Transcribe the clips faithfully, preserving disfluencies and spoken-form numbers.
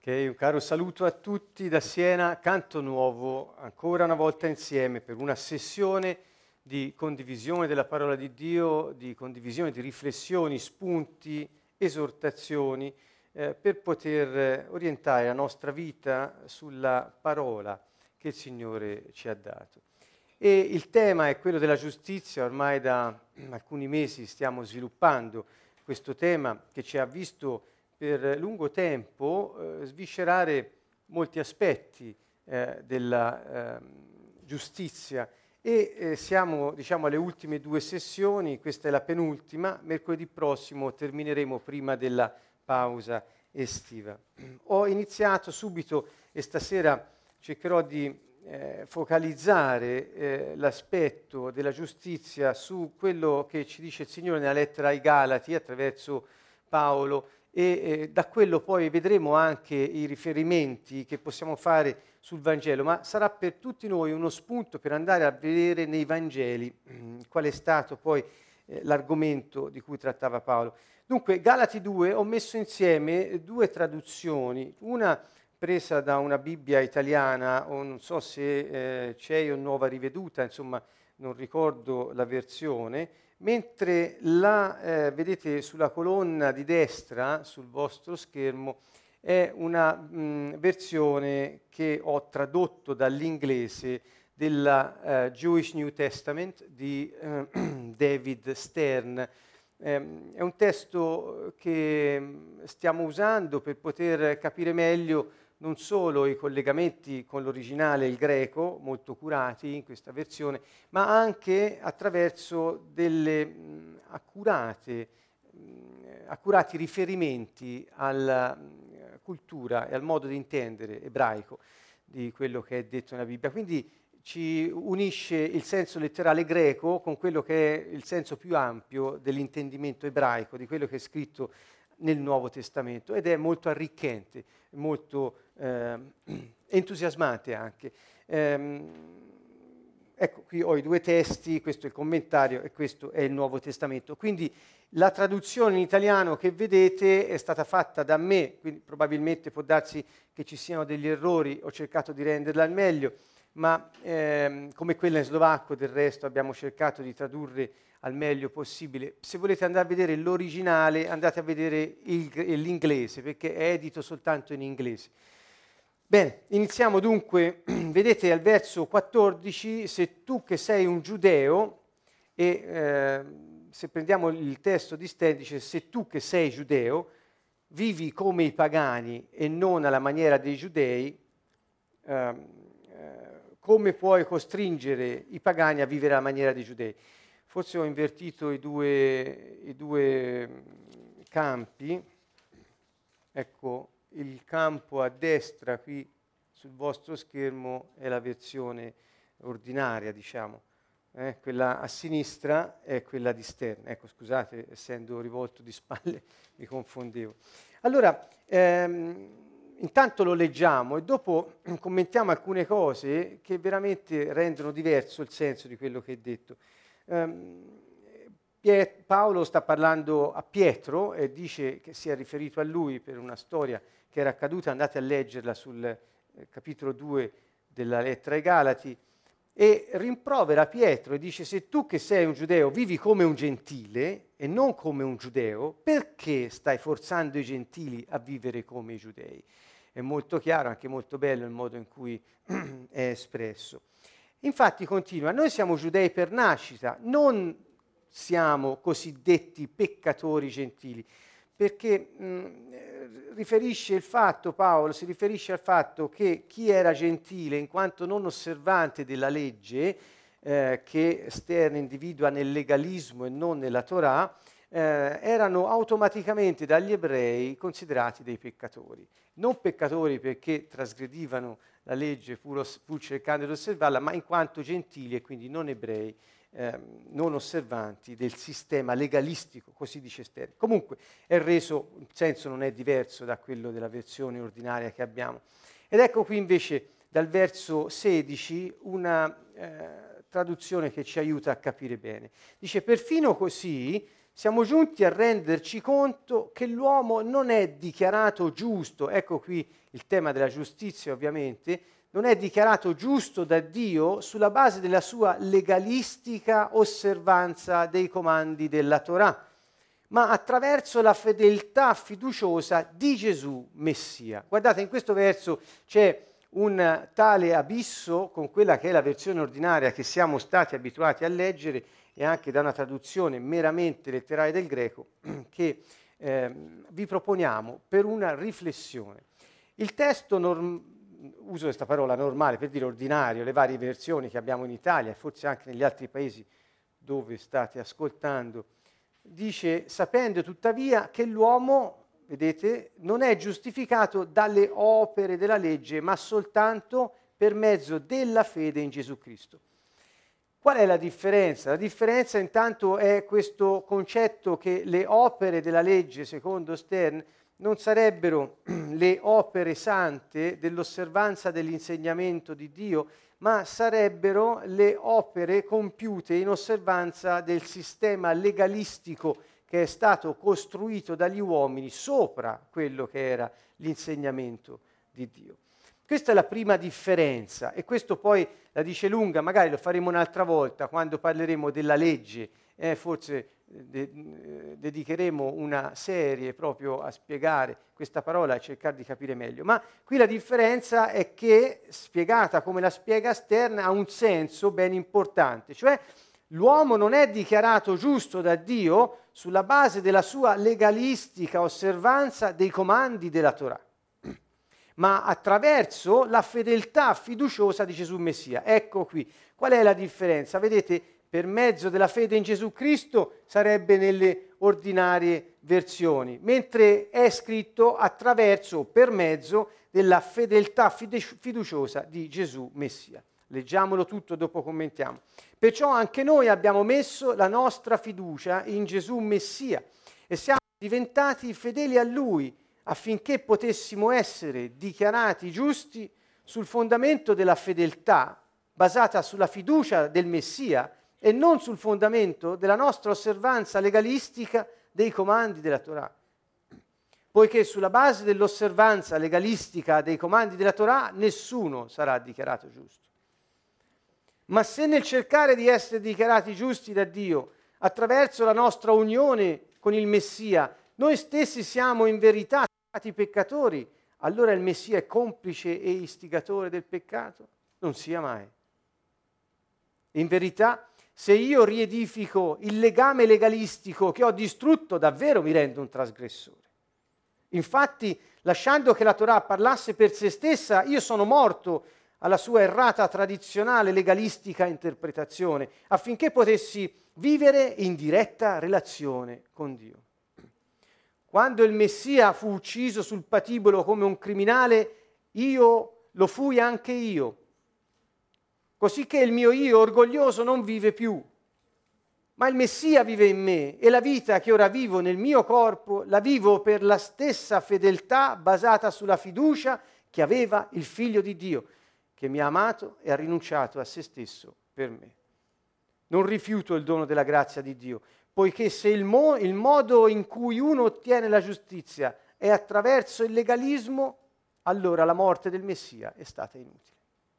Un caro saluto a tutti da Siena, Canto Nuovo, ancora una volta insieme per una sessione di condivisione della parola di Dio, di condivisione di riflessioni, spunti, esortazioni, eh, per poter orientare la nostra vita sulla parola che il Signore ci ha dato. E il tema è quello della giustizia. Ormai da alcuni mesi stiamo sviluppando questo tema che ci ha visto per lungo tempo eh, sviscerare molti aspetti eh, della eh, giustizia e eh, siamo diciamo alle ultime due sessioni, questa è la penultima, mercoledì prossimo termineremo prima della pausa estiva. Ho iniziato subito e stasera cercherò di eh, focalizzare eh, l'aspetto della giustizia su quello che ci dice il Signore nella lettera ai Galati attraverso Paolo, e eh, da quello poi vedremo anche i riferimenti che possiamo fare sul Vangelo, ma sarà per tutti noi uno spunto per andare a vedere nei Vangeli mh, qual è stato poi eh, l'argomento di cui trattava Paolo. Dunque, Galati due, ho messo insieme due traduzioni, una presa da una Bibbia italiana, o non so se eh, c'è o Nuova Riveduta, insomma non ricordo la versione, mentre la eh, vedete sulla colonna di destra sul vostro schermo è una mh, versione che ho tradotto dall'inglese della uh, Jewish New Testament di uh, David Stern. Um, è un testo che stiamo usando per poter capire meglio non solo i collegamenti con l'originale, il greco, molto curati in questa versione, ma anche attraverso delle mh, accurate, mh, accurati riferimenti alla mh, cultura e al modo di intendere ebraico di quello che è detto nella Bibbia. Quindi ci unisce il senso letterale greco con quello che è il senso più ampio dell'intendimento ebraico, di quello che è scritto nel Nuovo Testamento, ed è molto arricchente, molto eh, entusiasmante anche. Ehm, ecco, qui ho i due testi, questo è il commentario e questo è il Nuovo Testamento. Quindi la traduzione in italiano che vedete è stata fatta da me, quindi probabilmente può darsi che ci siano degli errori, ho cercato di renderla al meglio, ma ehm, come quella in slovacco del resto abbiamo cercato di tradurre al meglio possibile. Se volete andare a vedere l'originale, andate a vedere il, l'inglese, perché è edito soltanto in inglese. Bene, iniziamo dunque. Vedete al verso quattordici, se tu che sei un giudeo, e eh, se prendiamo il testo di Stern, dice se tu che sei giudeo, vivi come i pagani e non alla maniera dei giudei, eh, come puoi costringere i pagani a vivere alla maniera dei giudei? Forse ho invertito i due, i due campi. Ecco, il campo a destra qui sul vostro schermo è la versione ordinaria, diciamo. Eh, quella a sinistra è quella di Stern. Ecco, scusate, essendo rivolto di spalle mi confondevo. Allora, ehm, intanto lo leggiamo e dopo commentiamo alcune cose che veramente rendono diverso il senso di quello che è detto. Piet- Paolo sta parlando a Pietro e dice che si è riferito a lui per una storia che era accaduta, andate a leggerla sul eh, capitolo due della lettera ai Galati, e rimprovera Pietro e dice se tu che sei un giudeo vivi come un gentile e non come un giudeo, perché stai forzando i gentili a vivere come i giudei? È molto chiaro, anche molto bello il modo in cui è espresso. Infatti continua, noi siamo giudei per nascita, non siamo cosiddetti peccatori gentili, perché mh, riferisce il fatto, Paolo si riferisce al fatto che chi era gentile in quanto non osservante della legge, eh, che Stern individua nel legalismo e non nella Torah, eh, erano automaticamente dagli ebrei considerati dei peccatori. Non peccatori perché trasgredivano la legge pur, pur cercando di osservarla, ma in quanto gentili e quindi non ebrei, eh, non osservanti del sistema legalistico, così dice Stern. Comunque è reso, il senso non è diverso da quello della versione ordinaria che abbiamo. Ed ecco qui invece dal verso sedici una eh, traduzione che ci aiuta a capire bene. Dice, perfino così, siamo giunti a renderci conto che l'uomo non è dichiarato giusto, ecco qui il tema della giustizia ovviamente, non è dichiarato giusto da Dio sulla base della sua legalistica osservanza dei comandi della Torah, ma attraverso la fedeltà fiduciosa di Gesù Messia. Guardate, in questo verso c'è un tale abisso con quella che è la versione ordinaria che siamo stati abituati a leggere e anche da una traduzione meramente letterale del greco che eh, vi proponiamo per una riflessione. Il testo, norm- uso questa parola normale per dire ordinario, le varie versioni che abbiamo in Italia e forse anche negli altri paesi dove state ascoltando, dice: sapendo tuttavia che l'uomo, vedete, non è giustificato dalle opere della legge, ma soltanto per mezzo della fede in Gesù Cristo. Qual è la differenza? La differenza intanto è questo concetto che le opere della legge, secondo Stern, non sarebbero le opere sante dell'osservanza dell'insegnamento di Dio, ma sarebbero le opere compiute in osservanza del sistema legalistico che è stato costruito dagli uomini sopra quello che era l'insegnamento di Dio. Questa è la prima differenza e questo poi la dice lunga, magari lo faremo un'altra volta quando parleremo della legge, eh, forse de- dedicheremo una serie proprio a spiegare questa parola e cercare di capire meglio. Ma qui la differenza è che, spiegata come la spiega Stern, ha un senso ben importante, cioè l'uomo non è dichiarato giusto da Dio sulla base della sua legalistica osservanza dei comandi della Torah, ma attraverso la fedeltà fiduciosa di Gesù Messia. Ecco qui. Qual è la differenza? Vedete, per mezzo della fede in Gesù Cristo sarebbe nelle ordinarie versioni, mentre è scritto attraverso, per mezzo della fedeltà fiduciosa di Gesù Messia. Leggiamolo tutto, dopo commentiamo. Perciò anche noi abbiamo messo la nostra fiducia in Gesù Messia e siamo diventati fedeli a Lui, affinché potessimo essere dichiarati giusti sul fondamento della fedeltà, basata sulla fiducia del Messia e non sul fondamento della nostra osservanza legalistica dei comandi della Torah. Poiché sulla base dell'osservanza legalistica dei comandi della Torah nessuno sarà dichiarato giusto. Ma se nel cercare di essere dichiarati giusti da Dio, attraverso la nostra unione con il Messia, noi stessi siamo in verità peccatori, allora il Messia è complice e istigatore del peccato? Non sia mai. In verità, se io riedifico il legame legalistico che ho distrutto, davvero mi rendo un trasgressore. Infatti, lasciando che la Torah parlasse per se stessa, io sono morto alla sua errata tradizionale legalistica interpretazione, affinché potessi vivere in diretta relazione con Dio. Quando il Messia fu ucciso sul patibolo come un criminale, io lo fui anche io, così che il mio io orgoglioso non vive più, ma il Messia vive in me e la vita che ora vivo nel mio corpo la vivo per la stessa fedeltà basata sulla fiducia che aveva il Figlio di Dio, che mi ha amato e ha rinunciato a se stesso per me. Non rifiuto il dono della grazia di Dio, poiché se il, mo- il modo in cui uno ottiene la giustizia è attraverso il legalismo, allora la morte del Messia è stata inutile.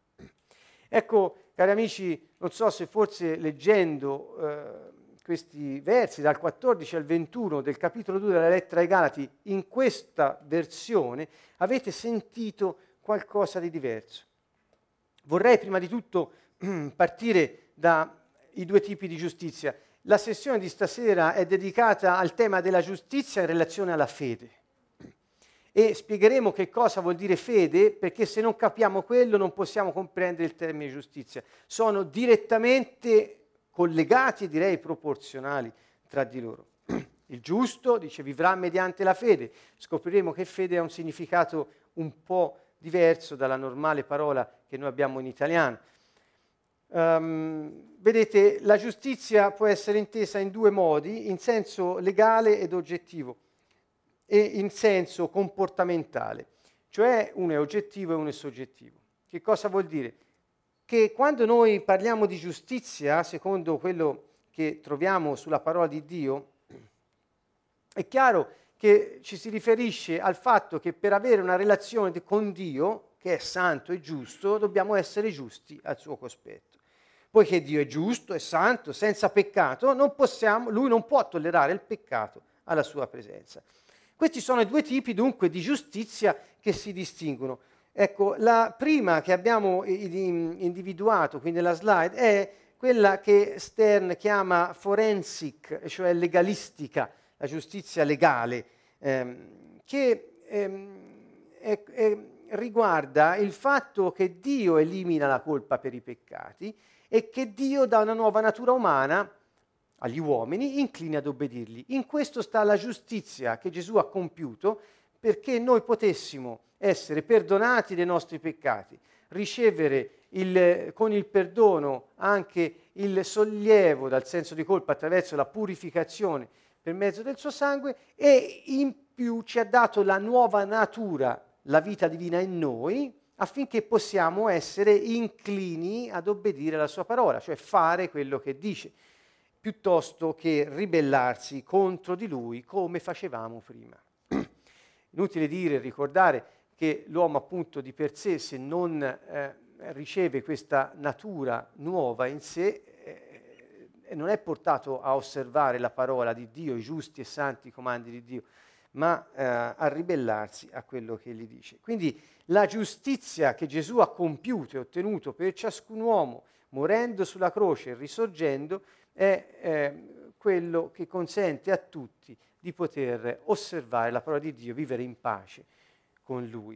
Ecco, cari amici, non so se forse leggendo eh, questi versi dal quattordici al ventuno del capitolo due della lettera ai Galati, in questa versione avete sentito qualcosa di diverso. Vorrei prima di tutto partire dai due tipi di giustizia. La sessione di stasera è dedicata al tema della giustizia in relazione alla fede e spiegheremo che cosa vuol dire fede, perché se non capiamo quello non possiamo comprendere il termine giustizia. Sono direttamente collegati e direi proporzionali tra di loro. Il giusto, dice, vivrà mediante la fede. Scopriremo che fede ha un significato un po' diverso dalla normale parola che noi abbiamo in italiano. Um, vedete, la giustizia può essere intesa in due modi, in senso legale ed oggettivo e in senso comportamentale, cioè uno è oggettivo e uno è soggettivo. Che cosa vuol dire? Che quando noi parliamo di giustizia, secondo quello che troviamo sulla parola di Dio, è chiaro che ci si riferisce al fatto che per avere una relazione con Dio, che è santo e giusto, dobbiamo essere giusti al suo cospetto. Poiché Dio è giusto, è santo, senza peccato, non possiamo, lui non può tollerare il peccato alla sua presenza. Questi sono i due tipi dunque di giustizia che si distinguono. Ecco, la prima che abbiamo individuato qui nella slide è quella che Stern chiama forensic, cioè legalistica, la giustizia legale, ehm, che ehm, è, è, riguarda il fatto che Dio elimina la colpa per i peccati e che Dio dà una nuova natura umana agli uomini, inclini ad obbedirgli. In questo sta la giustizia che Gesù ha compiuto perché noi potessimo essere perdonati dei nostri peccati, ricevere il, con il perdono anche il sollievo dal senso di colpa attraverso la purificazione per mezzo del suo sangue, e in più ci ha dato la nuova natura, la vita divina in noi, affinché possiamo essere inclini ad obbedire alla sua parola, cioè fare quello che dice, piuttosto che ribellarsi contro di lui come facevamo prima. Inutile dire, ricordare che l'uomo appunto di per sé, se non eh, riceve questa natura nuova in sé, eh, non è portato a osservare la parola di Dio, i giusti e santi comandi di Dio, ma eh, a ribellarsi a quello che gli dice. Quindi la giustizia che Gesù ha compiuto e ottenuto per ciascun uomo, morendo sulla croce e risorgendo, è eh, quello che consente a tutti di poter osservare la parola di Dio, vivere in pace con Lui.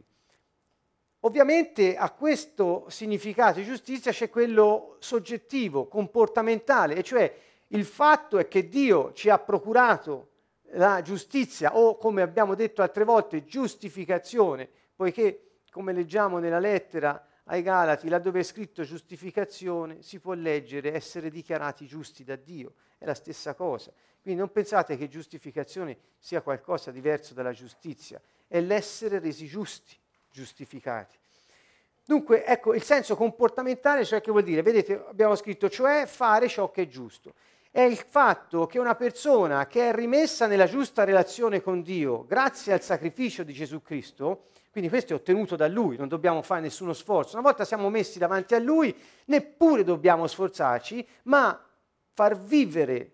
Ovviamente a questo significato di giustizia c'è quello soggettivo, comportamentale, e cioè il fatto è che Dio ci ha procurato la giustizia, o come abbiamo detto altre volte, giustificazione, poiché, come leggiamo nella lettera ai Galati, laddove è scritto giustificazione, si può leggere essere dichiarati giusti da Dio, è la stessa cosa. Quindi non pensate che giustificazione sia qualcosa diverso dalla giustizia, è l'essere resi giusti, giustificati. Dunque, ecco, il senso comportamentale, cioè che vuol dire, vedete, abbiamo scritto, cioè fare ciò che è giusto. È il fatto che una persona che è rimessa nella giusta relazione con Dio, grazie al sacrificio di Gesù Cristo, quindi questo è ottenuto da Lui, non dobbiamo fare nessuno sforzo. Una volta siamo messi davanti a Lui, neppure dobbiamo sforzarci, ma far vivere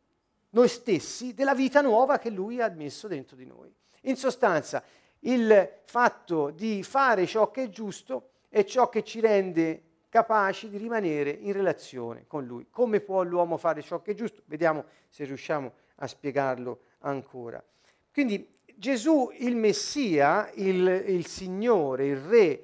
noi stessi della vita nuova che Lui ha messo dentro di noi. In sostanza, il fatto di fare ciò che è giusto è ciò che ci rende capaci di rimanere in relazione con Lui. Come può l'uomo fare ciò che è giusto? Vediamo se riusciamo a spiegarlo ancora. Quindi Gesù, il Messia, il, il Signore, il Re,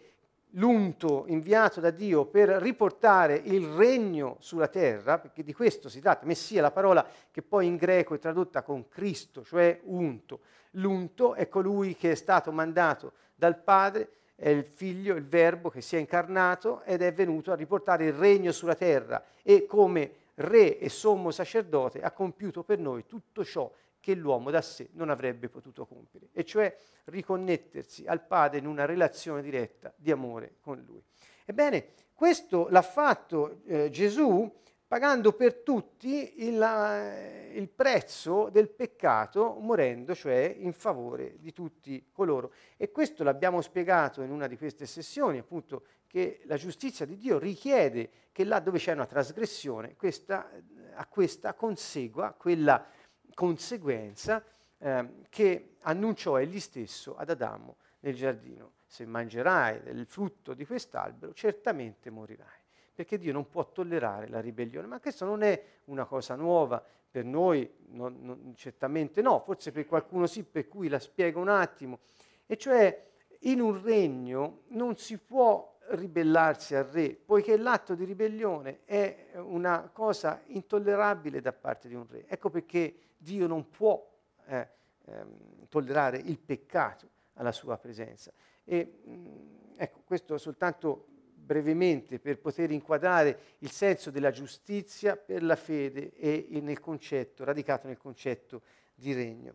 l'unto inviato da Dio per riportare il regno sulla terra, perché di questo si tratta. Messia, la parola che poi in greco è tradotta con Cristo, cioè unto. L'unto è colui che è stato mandato dal Padre, è il Figlio, il Verbo che si è incarnato ed è venuto a riportare il regno sulla terra, e come Re e sommo sacerdote ha compiuto per noi tutto ciò che l'uomo da sé non avrebbe potuto compiere, e cioè riconnettersi al Padre in una relazione diretta di amore con Lui. Ebbene, questo l'ha fatto eh, Gesù pagando per tutti il, eh, il prezzo del peccato, morendo cioè in favore di tutti coloro. E questo l'abbiamo spiegato in una di queste sessioni, appunto, che la giustizia di Dio richiede che là dove c'è una trasgressione, questa, a questa consegua quella conseguenza eh, che annunciò egli stesso ad Adamo nel giardino: se mangerai del frutto di quest'albero certamente morirai, perché Dio non può tollerare la ribellione. Ma questo non è una cosa nuova per noi, non, non, certamente no, forse per qualcuno sì, per cui la spiego un attimo, e cioè in un regno non si può ribellarsi al re, poiché l'atto di ribellione è una cosa intollerabile da parte di un re. Ecco perché Dio non può eh, ehm, tollerare il peccato alla sua presenza. E mh, ecco, questo soltanto brevemente per poter inquadrare il senso della giustizia per la fede e nel concetto, radicato nel concetto di regno.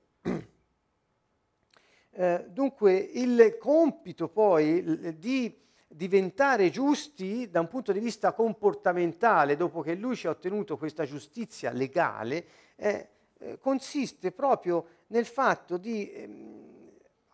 Eh, dunque il compito poi di diventare giusti da un punto di vista comportamentale, dopo che Lui ci ha ottenuto questa giustizia legale, eh, eh, consiste proprio nel fatto di, ehm,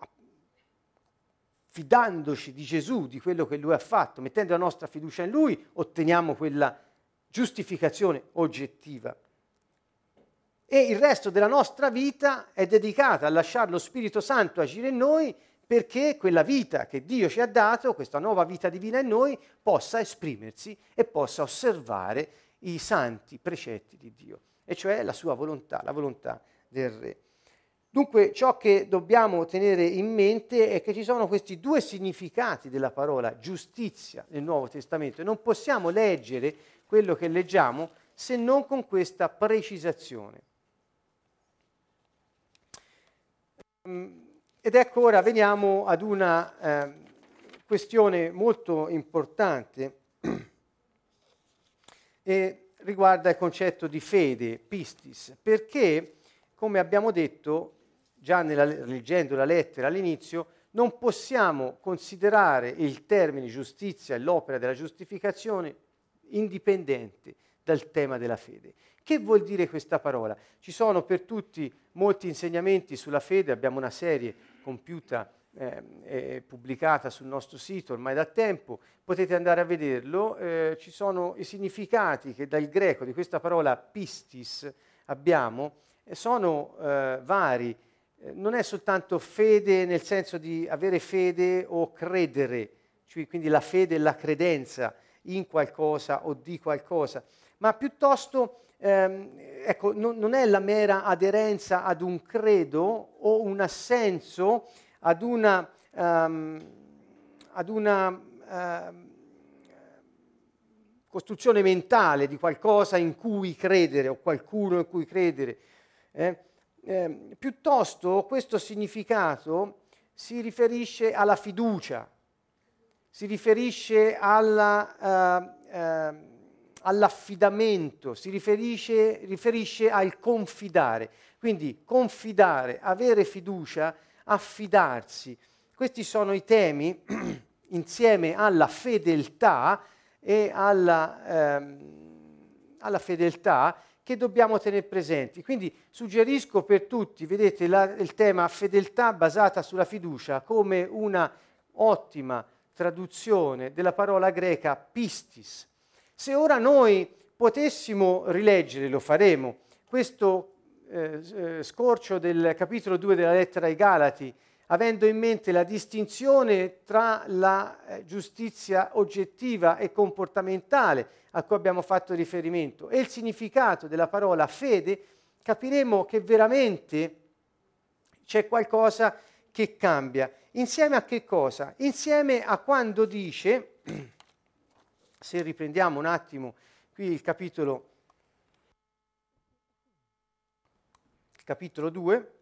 fidandoci di Gesù, di quello che Lui ha fatto, mettendo la nostra fiducia in Lui, otteniamo quella giustificazione oggettiva. E il resto della nostra vita è dedicata a lasciare lo Spirito Santo agire in noi, perché quella vita che Dio ci ha dato, questa nuova vita divina in noi, possa esprimersi e possa osservare i santi precetti di Dio, e cioè la sua volontà, la volontà del Re. Dunque ciò che dobbiamo tenere in mente è che ci sono questi due significati della parola giustizia nel Nuovo Testamento, e non possiamo leggere quello che leggiamo se non con questa precisazione. Ed ecco, ora veniamo ad una eh, questione molto importante e riguarda il concetto di fede, pistis, perché, come abbiamo detto già nella, leggendo la lettera all'inizio, non possiamo considerare il termine giustizia e l'opera della giustificazione indipendente dal tema della fede. Che vuol dire questa parola? Ci sono per tutti molti insegnamenti sulla fede, abbiamo una serie compiuta eh, e pubblicata sul nostro sito ormai da tempo, potete andare a vederlo, eh, ci sono i significati che dal greco di questa parola pistis abbiamo, eh, sono eh, vari, eh, non è soltanto fede nel senso di avere fede o credere, cioè quindi la fede e la credenza in qualcosa o di qualcosa, ma piuttosto ehm, ecco, non, non è la mera aderenza ad un credo o un assenso ad una, um, ad una uh, costruzione mentale di qualcosa in cui credere o qualcuno in cui credere. Eh? Eh, piuttosto questo significato si riferisce alla fiducia, si riferisce alla, uh, uh, all'affidamento, si riferisce, riferisce al confidare. Quindi confidare, avere fiducia, affidarsi. Questi sono i temi insieme alla fedeltà e alla, ehm, alla fedeltà che dobbiamo tenere presenti. Quindi suggerisco per tutti, vedete, la, il tema fedeltà basata sulla fiducia come una ottima traduzione della parola greca pistis. Se ora noi potessimo rileggere, lo faremo, questo eh, scorcio del capitolo due della lettera ai Galati, avendo in mente la distinzione tra la eh, giustizia oggettiva e comportamentale a cui abbiamo fatto riferimento e il significato della parola fede, capiremo che veramente c'è qualcosa che cambia. Insieme a che cosa? Insieme a quando dice, se riprendiamo un attimo qui il capitolo, il capitolo due,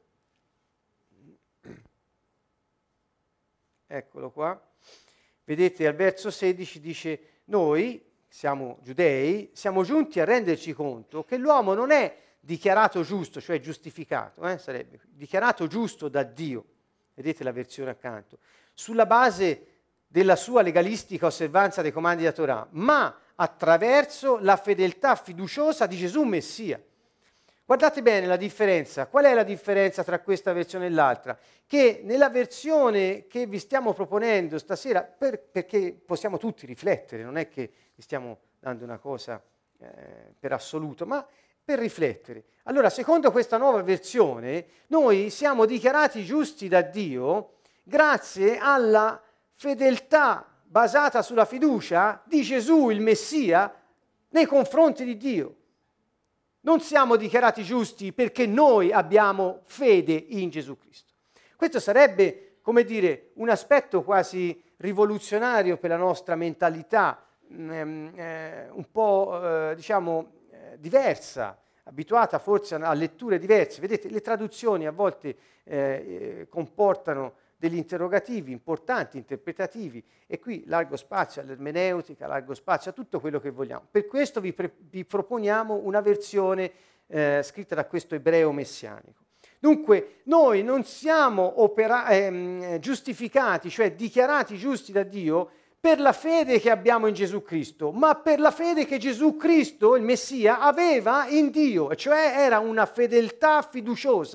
eccolo qua, vedete al verso sedici dice: noi, siamo giudei, siamo giunti a renderci conto che l'uomo non è dichiarato giusto, cioè giustificato, eh, sarebbe dichiarato giusto da Dio, vedete la versione accanto, sulla base della sua legalistica osservanza dei comandi della Torah, ma attraverso la fedeltà fiduciosa di Gesù Messia. Guardate bene la differenza. Qual è la differenza tra questa versione e l'altra? Che nella versione che vi stiamo proponendo stasera, per, perché possiamo tutti riflettere, non è che vi stiamo dando una cosa eh, per assoluto, ma per riflettere. Allora, secondo questa nuova versione, noi siamo dichiarati giusti da Dio grazie alla fedeltà basata sulla fiducia di Gesù, il Messia, nei confronti di Dio. Non siamo dichiarati giusti perché noi abbiamo fede in Gesù Cristo. Questo sarebbe, come dire, un aspetto quasi rivoluzionario per la nostra mentalità, ehm, eh, un po' eh, diciamo eh, diversa, abituata forse a letture diverse. Vedete, le traduzioni a volte eh, comportano degli interrogativi importanti, interpretativi, e qui largo spazio all'ermeneutica, largo spazio a tutto quello che vogliamo. Per questo vi, pre- vi proponiamo una versione eh, scritta da questo ebreo messianico. Dunque, noi non siamo opera- ehm, giustificati, cioè dichiarati giusti da Dio, per la fede che abbiamo in Gesù Cristo, ma per la fede che Gesù Cristo, il Messia, aveva in Dio, cioè era una fedeltà fiduciosa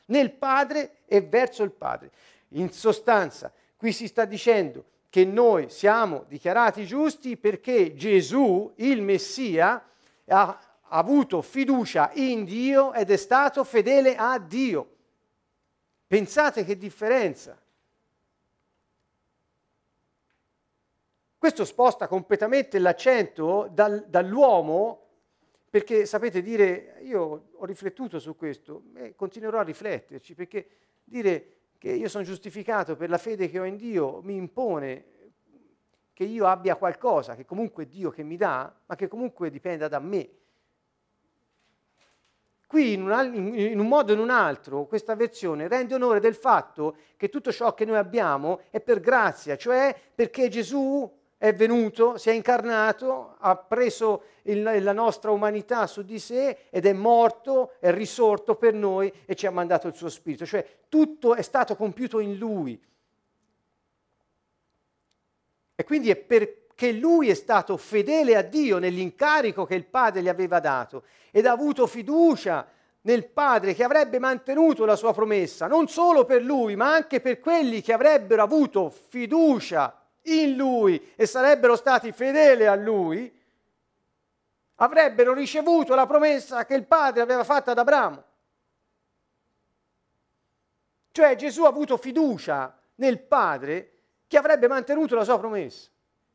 nel Padre e verso il Padre. In sostanza, qui si sta dicendo che noi siamo dichiarati giusti perché Gesù, il Messia, ha avuto fiducia in Dio ed è stato fedele a Dio. Pensate che differenza. Questo sposta completamente l'accento dal, dall'uomo, perché sapete dire, io ho riflettuto su questo e continuerò a rifletterci, perché dire che io sono giustificato per la fede che ho in Dio mi impone che io abbia qualcosa, che comunque è Dio che mi dà, ma che comunque dipenda da me. Qui in un, in un modo o in un altro questa versione rende onore del fatto che tutto ciò che noi abbiamo è per grazia, cioè perché Gesù è venuto, si è incarnato, ha preso il, la nostra umanità su di sé ed è morto, è risorto per noi e ci ha mandato il suo Spirito. Cioè tutto è stato compiuto in Lui. E quindi è perché Lui è stato fedele a Dio nell'incarico che il Padre gli aveva dato ed ha avuto fiducia nel Padre che avrebbe mantenuto la sua promessa, non solo per Lui, ma anche per quelli che avrebbero avuto fiducia in Lui e sarebbero stati fedeli a Lui, avrebbero ricevuto la promessa che il Padre aveva fatto ad Abramo. Cioè Gesù ha avuto fiducia nel Padre che avrebbe mantenuto la sua promessa.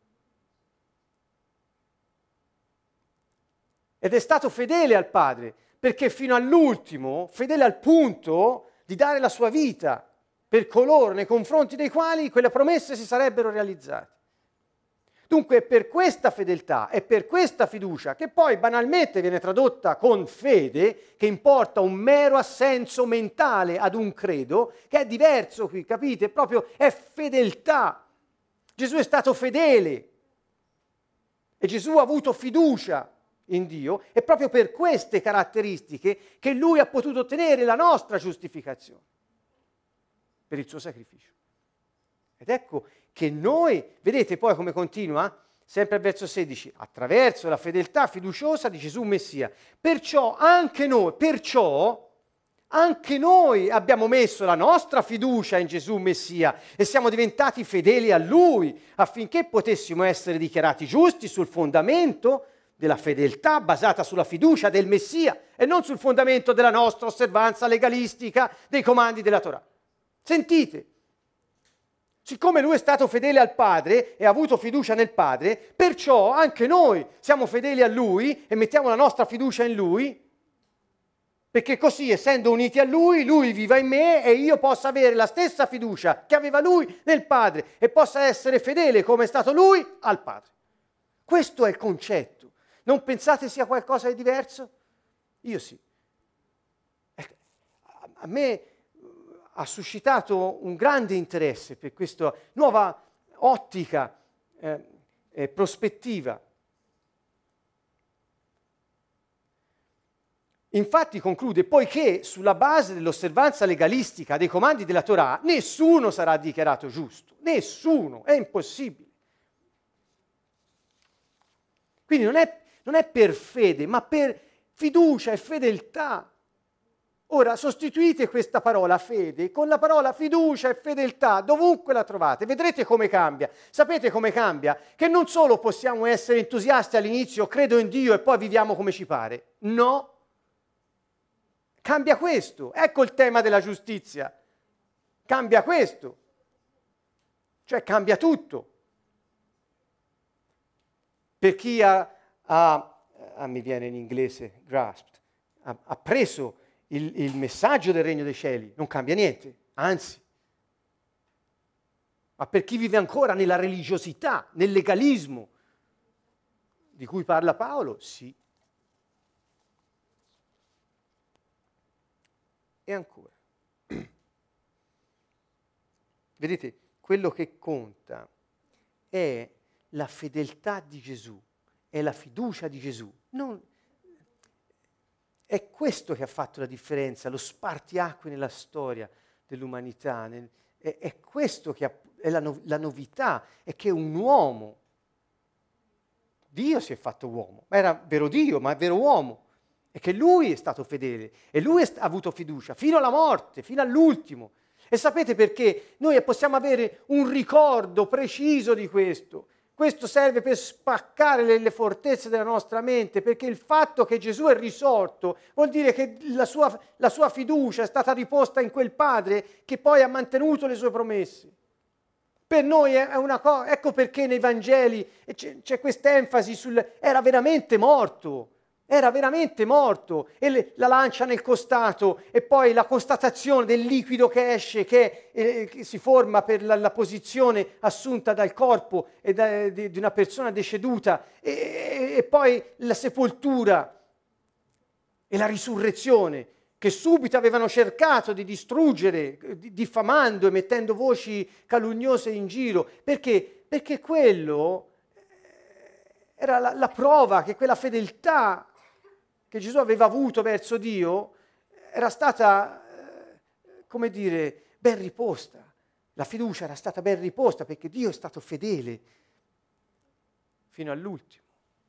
Ed è stato fedele al Padre, perché fino all'ultimo, fedele al punto di dare la sua vita per coloro nei confronti dei quali quelle promesse si sarebbero realizzate. Dunque è per questa fedeltà, è per questa fiducia, che poi banalmente viene tradotta con fede, che importa un mero assenso mentale ad un credo, che è diverso qui, capite? Proprio è fedeltà. Gesù è stato fedele e Gesù ha avuto fiducia in Dio, e proprio per queste caratteristiche che Lui ha potuto ottenere la nostra giustificazione per il suo sacrificio. Ed ecco che noi, vedete poi come continua? Sempre al verso sedici, attraverso la fedeltà fiduciosa di Gesù Messia. Perciò anche noi, perciò anche noi abbiamo messo la nostra fiducia in Gesù Messia e siamo diventati fedeli a Lui affinché potessimo essere dichiarati giusti sul fondamento della fedeltà basata sulla fiducia del Messia e non sul fondamento della nostra osservanza legalistica dei comandi della Torah. Sentite, siccome Lui è stato fedele al Padre e ha avuto fiducia nel Padre, perciò anche noi siamo fedeli a Lui e mettiamo la nostra fiducia in Lui, perché così, essendo uniti a Lui, Lui viva in me e io possa avere la stessa fiducia che aveva Lui nel Padre e possa essere fedele come è stato Lui al Padre. Questo è il concetto. Non pensate sia qualcosa di diverso? Io sì. A me ha suscitato un grande interesse per questa nuova ottica, eh, eh, prospettiva. Infatti conclude, poiché sulla base dell'osservanza legalistica dei comandi della Torah nessuno sarà dichiarato giusto, nessuno, è impossibile. Quindi non è, non è per fede, ma per fiducia e fedeltà. Ora sostituite questa parola fede con la parola fiducia e fedeltà, dovunque la trovate, vedrete come cambia. Sapete come cambia? Che non solo possiamo essere entusiasti all'inizio, credo in Dio e poi viviamo come ci pare. No. Cambia questo. Ecco il tema della giustizia. Cambia questo. Cioè cambia tutto. Per chi ha, ha, ah, mi viene in inglese, grasped, ha, ha preso il, il messaggio del regno dei cieli, non cambia niente, anzi. Ma per chi vive ancora nella religiosità, nel legalismo, di cui parla Paolo, sì. E ancora. Vedete, quello che conta è la fedeltà di Gesù, è la fiducia di Gesù. Non, è questo che ha fatto la differenza, lo spartiacque nella storia dell'umanità. Nel, è, è questo che ha, è la, no, la novità, è che un uomo, Dio si è fatto uomo, era vero Dio, ma è vero uomo, è che lui è stato fedele e lui ha avuto fiducia fino alla morte, fino all'ultimo. E sapete perché? Noi possiamo avere un ricordo preciso di questo. Questo serve per spaccare le, le fortezze della nostra mente, perché il fatto che Gesù è risorto vuol dire che la sua, la sua fiducia è stata riposta in quel Padre che poi ha mantenuto le sue promesse. Per noi è una cosa, ecco perché nei Vangeli c'è, c'è questa enfasi sul era veramente morto. Era veramente morto e le, la lancia nel costato e poi la constatazione del liquido che esce, che, eh, che si forma per la, la posizione assunta dal corpo e da, di, di una persona deceduta e, e, e poi la sepoltura e la risurrezione che subito avevano cercato di distruggere, diffamando e mettendo voci calunniose in giro. Perché? Perché quello era la, la prova che quella fedeltà che Gesù aveva avuto verso Dio era stata, eh, come dire, ben riposta. La fiducia era stata ben riposta perché Dio è stato fedele fino all'ultimo.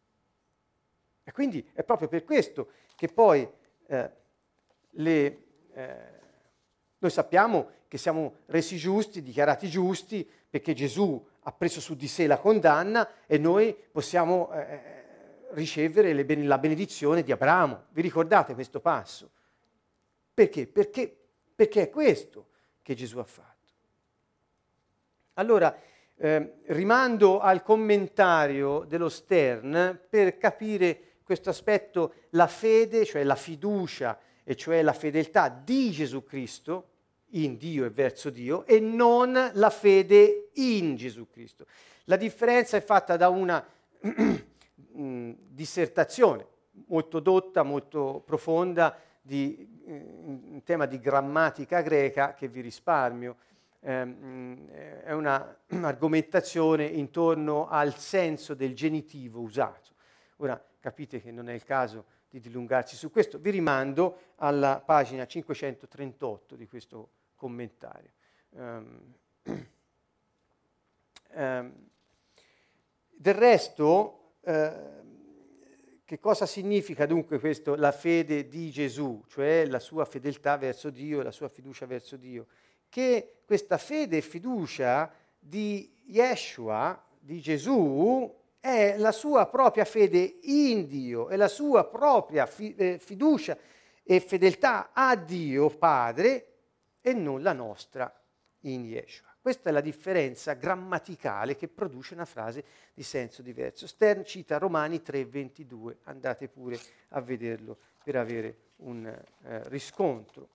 E quindi è proprio per questo che poi eh, le, eh, noi sappiamo che siamo resi giusti, dichiarati giusti, perché Gesù ha preso su di sé la condanna e noi possiamo eh, ricevere le ben- la benedizione di Abramo. Vi ricordate questo passo? Perché? Perché? Perché è questo che Gesù ha fatto. Allora, eh, rimando al commentario dello Stern per capire questo aspetto, la fede, cioè la fiducia, e cioè la fedeltà di Gesù Cristo in Dio e verso Dio, e non la fede in Gesù Cristo. La differenza è fatta da una dissertazione molto dotta, molto profonda, di, in tema di grammatica greca, che vi risparmio. Eh, è una argomentazione intorno al senso del genitivo usato. Ora capite che non è il caso di dilungarsi su questo. Vi rimando alla pagina cinquecentotrentotto di questo commentario. Um, um, del resto, uh, che cosa significa dunque questo, la fede di Gesù, cioè la sua fedeltà verso Dio e la sua fiducia verso Dio? Che questa fede e fiducia di Yeshua, di Gesù, è la sua propria fede in Dio e la sua propria fi- eh, fiducia e fedeltà a Dio Padre e non la nostra in Yeshua. Questa è la differenza grammaticale che produce una frase di senso diverso. Stern cita Romani tre ventidue, andate pure a vederlo per avere un eh, riscontro.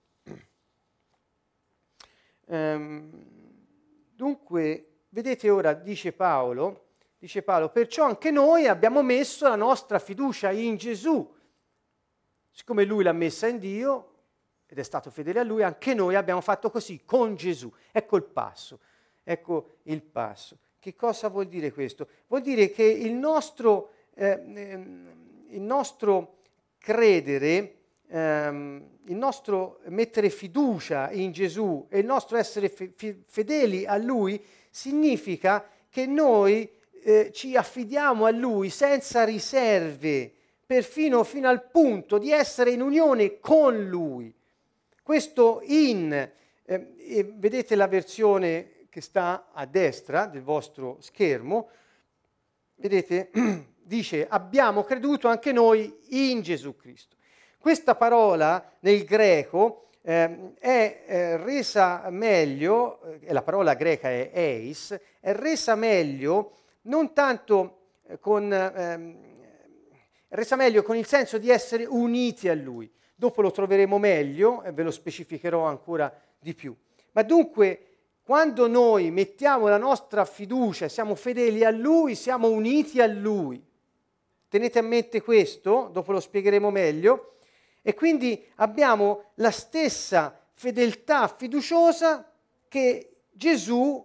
Ehm, dunque, vedete ora, dice Paolo, dice Paolo, perciò anche noi abbiamo messo la nostra fiducia in Gesù. Siccome lui l'ha messa in Dio ed è stato fedele a lui, anche noi abbiamo fatto così con Gesù. Ecco il passo, ecco il passo. Che cosa vuol dire questo? Vuol dire che il nostro, eh, il nostro credere, ehm, il nostro mettere fiducia in Gesù e il nostro essere fe- fedeli a Lui significa che noi eh, ci affidiamo a Lui senza riserve, perfino fino al punto di essere in unione con Lui. Questo in, eh, vedete la versione che sta a destra del vostro schermo, vedete, dice abbiamo creduto anche noi in Gesù Cristo. Questa parola nel greco eh, è eh, resa meglio, eh, la parola greca è eis, è resa meglio non tanto eh, con, ehm, resa meglio con il senso di essere uniti a Lui. Dopo lo troveremo meglio e ve lo specificherò ancora di più. Ma dunque, quando noi mettiamo la nostra fiducia, siamo fedeli a Lui, siamo uniti a Lui. Tenete a mente questo, dopo lo spiegheremo meglio. E quindi abbiamo la stessa fedeltà fiduciosa che Gesù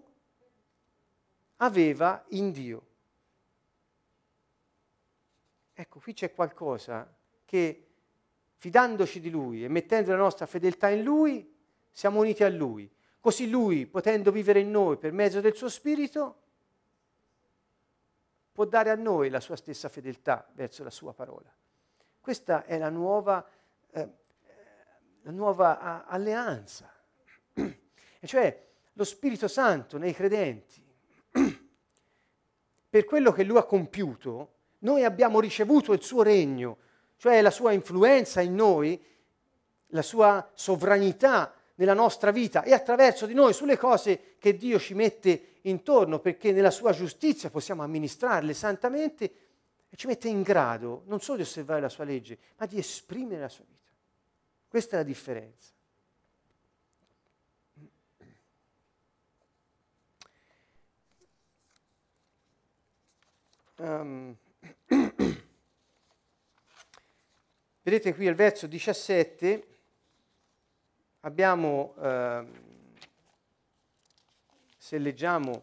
aveva in Dio. Ecco, qui c'è qualcosa che, fidandoci di Lui e mettendo la nostra fedeltà in Lui, siamo uniti a Lui. Così Lui, potendo vivere in noi per mezzo del suo Spirito, può dare a noi la sua stessa fedeltà verso la sua parola. Questa è la nuova, eh, la nuova a- alleanza. E cioè lo Spirito Santo nei credenti, per quello che Lui ha compiuto, noi abbiamo ricevuto il suo regno, cioè la sua influenza in noi, la sua sovranità nella nostra vita e attraverso di noi sulle cose che Dio ci mette intorno, perché nella sua giustizia possiamo amministrarle santamente e ci mette in grado non solo di osservare la sua legge, ma di esprimere la sua vita. Questa è la differenza. Um, vedete qui al verso diciassette abbiamo, eh, se leggiamo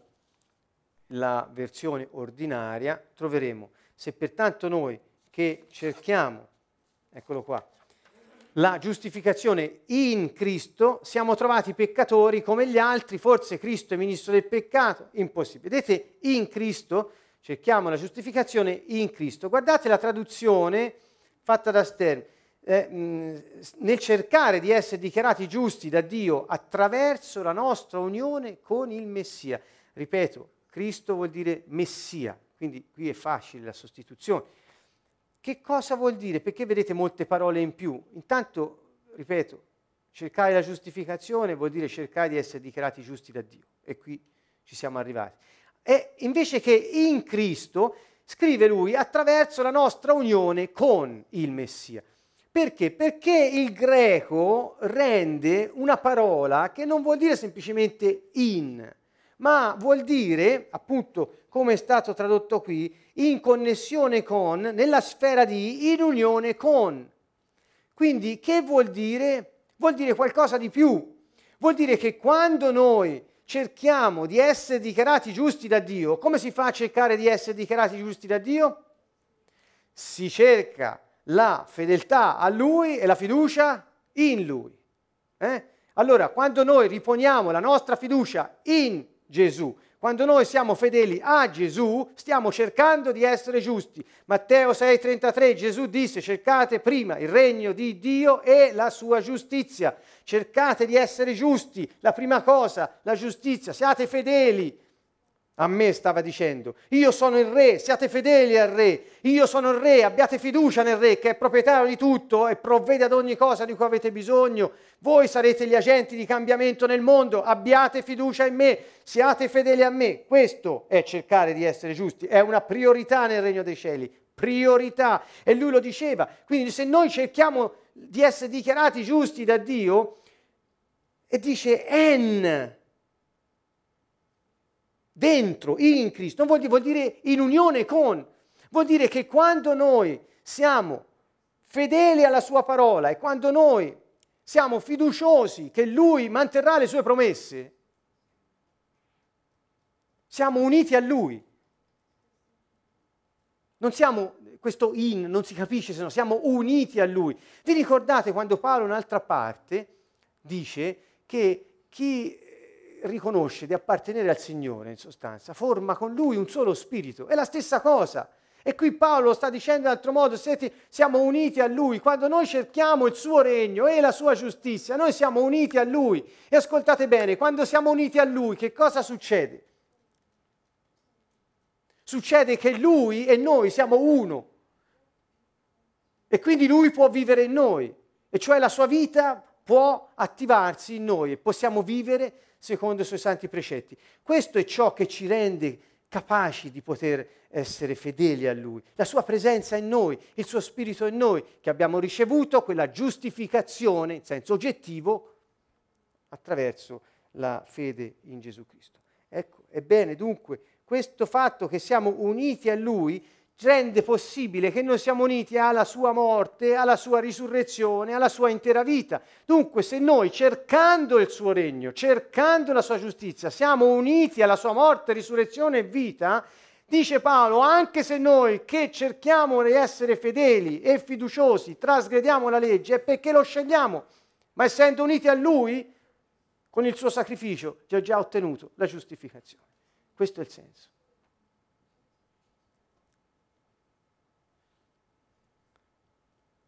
la versione ordinaria, troveremo: se pertanto noi che cerchiamo, eccolo qua, la giustificazione in Cristo, siamo trovati peccatori come gli altri, forse Cristo è ministro del peccato, impossibile. Vedete, in Cristo, cerchiamo la giustificazione in Cristo. Guardate la traduzione fatta da Stern. Eh, mh, nel cercare di essere dichiarati giusti da Dio attraverso la nostra unione con il Messia. Ripeto, Cristo vuol dire Messia, quindi qui è facile la sostituzione. Che cosa vuol dire? Perché vedete molte parole in più. Intanto, ripeto, cercare la giustificazione vuol dire cercare di essere dichiarati giusti da Dio. E qui ci siamo arrivati. E invece che in Cristo, scrive lui, attraverso la nostra unione con il Messia. Perché? Perché il greco rende una parola che non vuol dire semplicemente in, ma vuol dire, appunto, come è stato tradotto qui, in connessione con, nella sfera di, in unione con. Quindi che vuol dire? Vuol dire qualcosa di più. Vuol dire che quando noi cerchiamo di essere dichiarati giusti da Dio, come si fa a cercare di essere dichiarati giusti da Dio? Si cerca la fedeltà a Lui e la fiducia in Lui. Eh? Allora, quando noi riponiamo la nostra fiducia in Gesù, quando noi siamo fedeli a Gesù, stiamo cercando di essere giusti. Matteo sei trentatré, Gesù disse: cercate prima il regno di Dio e la sua giustizia. Cercate di essere giusti, la prima cosa, la giustizia, siate fedeli. A me stava dicendo: io sono il re, siate fedeli al re, io sono il re, abbiate fiducia nel re che è proprietario di tutto e provvede ad ogni cosa di cui avete bisogno. Voi sarete gli agenti di cambiamento nel mondo, abbiate fiducia in me, siate fedeli a me. Questo è cercare di essere giusti, è una priorità nel regno dei cieli, priorità. E lui lo diceva. Quindi se noi cerchiamo di essere dichiarati giusti da Dio, e dice en, dentro, in Cristo, non vuol dire, vuol dire in unione con, vuol dire che quando noi siamo fedeli alla sua parola e quando noi siamo fiduciosi che Lui manterrà le sue promesse, siamo uniti a Lui. Non siamo, questo in non si capisce se no, siamo uniti a Lui. Vi ricordate quando Paolo in un'altra parte dice che chi riconosce di appartenere al Signore, in sostanza, forma con Lui un solo spirito. È la stessa cosa. E qui Paolo lo sta dicendo in altro modo: siete, siamo uniti a Lui. Quando noi cerchiamo il suo regno e la sua giustizia, noi siamo uniti a Lui. E ascoltate bene, quando siamo uniti a Lui, che cosa succede? Succede che Lui e noi siamo uno. E quindi Lui può vivere in noi. E cioè la sua vita può attivarsi in noi e possiamo vivere secondo i suoi santi precetti. Questo è ciò che ci rende capaci di poter essere fedeli a Lui. La sua presenza in noi, il suo spirito in noi, che abbiamo ricevuto quella giustificazione in senso oggettivo attraverso la fede in Gesù Cristo. Ecco, ebbene, dunque, questo fatto che siamo uniti a Lui rende possibile che noi siamo uniti alla sua morte, alla sua risurrezione, alla sua intera vita. Dunque, se noi, cercando il suo regno, cercando la sua giustizia, siamo uniti alla sua morte, risurrezione e vita, dice Paolo, anche se noi che cerchiamo di essere fedeli e fiduciosi trasgrediamo la legge, è perché lo scegliamo, ma essendo uniti a Lui, con il suo sacrificio, ci ha già ottenuto la giustificazione. Questo è il senso.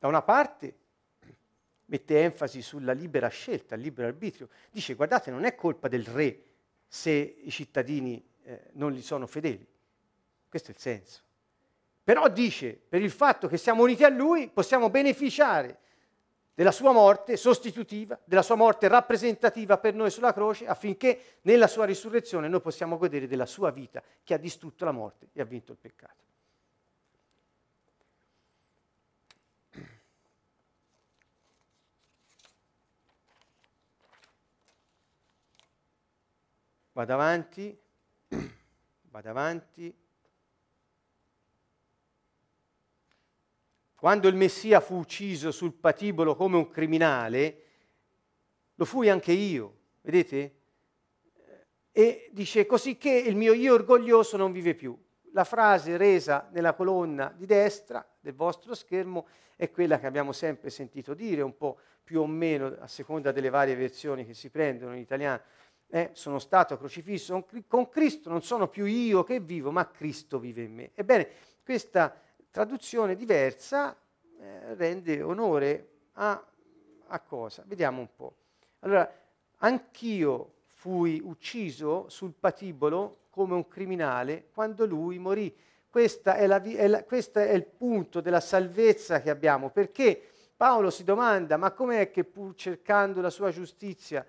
Da una parte mette enfasi sulla libera scelta, il libero arbitrio. Dice, guardate, non è colpa del re se i cittadini eh, non gli sono fedeli. Questo è il senso. Però dice, per il fatto che siamo uniti a lui, possiamo beneficiare della sua morte sostitutiva, della sua morte rappresentativa per noi sulla croce, affinché nella sua risurrezione noi possiamo godere della sua vita che ha distrutto la morte e ha vinto il peccato. Vado avanti, vado avanti. Quando il Messia fu ucciso sul patibolo come un criminale, lo fui anche io, vedete? E dice, così che il mio io orgoglioso non vive più. La frase resa nella colonna di destra del vostro schermo è quella che abbiamo sempre sentito dire, un po' più o meno a seconda delle varie versioni che si prendono in italiano. Eh, sono stato crocifisso con Cristo, non sono più io che vivo, ma Cristo vive in me. Ebbene, questa traduzione diversa eh, rende onore a, a cosa? Vediamo un po'. Allora, anch'io fui ucciso sul patibolo come un criminale quando lui morì. Questa è la, è la, questo è il punto della salvezza che abbiamo, perché Paolo si domanda, ma com'è che pur cercando la sua giustizia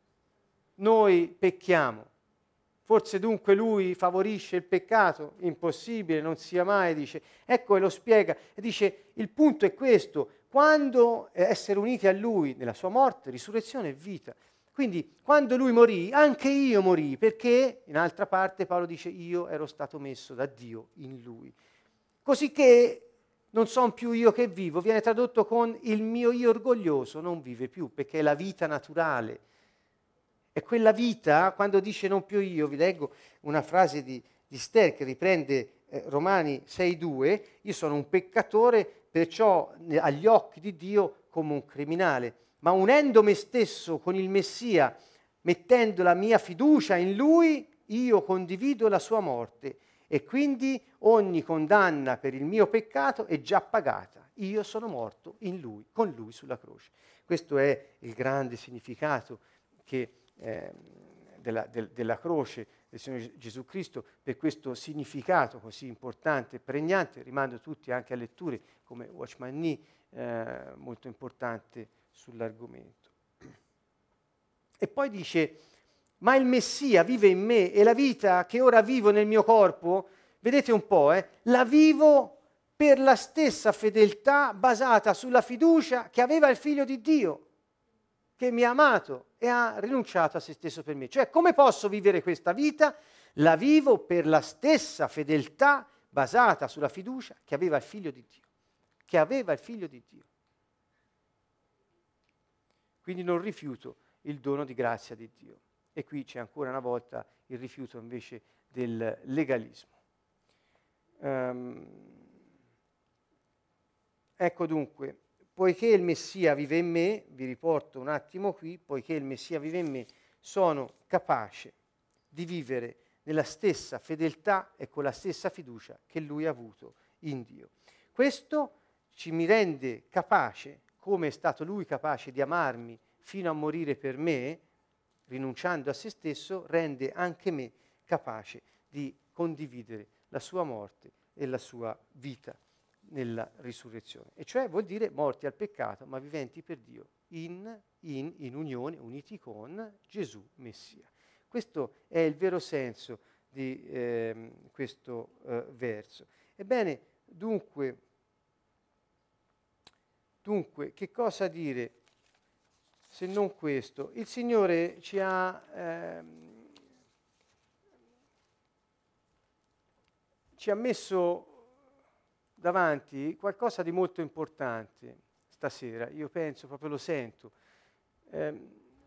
noi pecchiamo? Forse dunque lui favorisce il peccato? Impossibile, non sia mai, dice. Ecco e lo spiega. E dice, il punto è questo, quando essere uniti a lui nella sua morte, risurrezione e vita. Quindi quando lui morì, anche io morì, perché, in altra parte Paolo dice, io ero stato messo da Dio in lui. Così che non sono più io che vivo, viene tradotto con il mio io orgoglioso, non vive più, perché è la vita naturale. E quella vita, quando dice non più io, vi leggo una frase di, di Ster che riprende eh, Romani sei due, io sono un peccatore, perciò eh, agli occhi di Dio come un criminale, ma unendo me stesso con il Messia, mettendo la mia fiducia in Lui, io condivido la sua morte e quindi ogni condanna per il mio peccato è già pagata. Io sono morto in Lui, con Lui sulla croce. Questo è il grande significato che Eh, della, del, della croce del Signore Gesù Cristo, per questo significato così importante e pregnante. Rimando tutti anche a letture come Watchman Nee, eh, molto importante sull'argomento. E poi dice, ma il Messia vive in me e la vita che ora vivo nel mio corpo, vedete un po', eh, la vivo per la stessa fedeltà basata sulla fiducia che aveva il Figlio di Dio, che mi ha amato e ha rinunciato a se stesso per me. Cioè, come posso vivere questa vita? La vivo per la stessa fedeltà basata sulla fiducia che aveva il Figlio di Dio. Che aveva il Figlio di Dio. Quindi non rifiuto il dono di grazia di Dio. E qui c'è ancora una volta il rifiuto invece del legalismo. Um, ecco dunque, poiché il Messia vive in me, vi riporto un attimo qui, poiché il Messia vive in me, sono capace di vivere nella stessa fedeltà e con la stessa fiducia che lui ha avuto in Dio. Questo ci mi rende capace, come è stato lui capace di amarmi fino a morire per me, rinunciando a se stesso, rende anche me capace di condividere la sua morte e la sua vita nella risurrezione, e cioè vuol dire morti al peccato ma viventi per Dio in, in, in unione, uniti con Gesù Messia. Questo è il vero senso di eh, questo eh, verso. Ebbene, dunque, dunque, che cosa dire se non questo? Il Signore ci ha ehm, ci ha messo davanti qualcosa di molto importante stasera, io penso, proprio lo sento. Eh,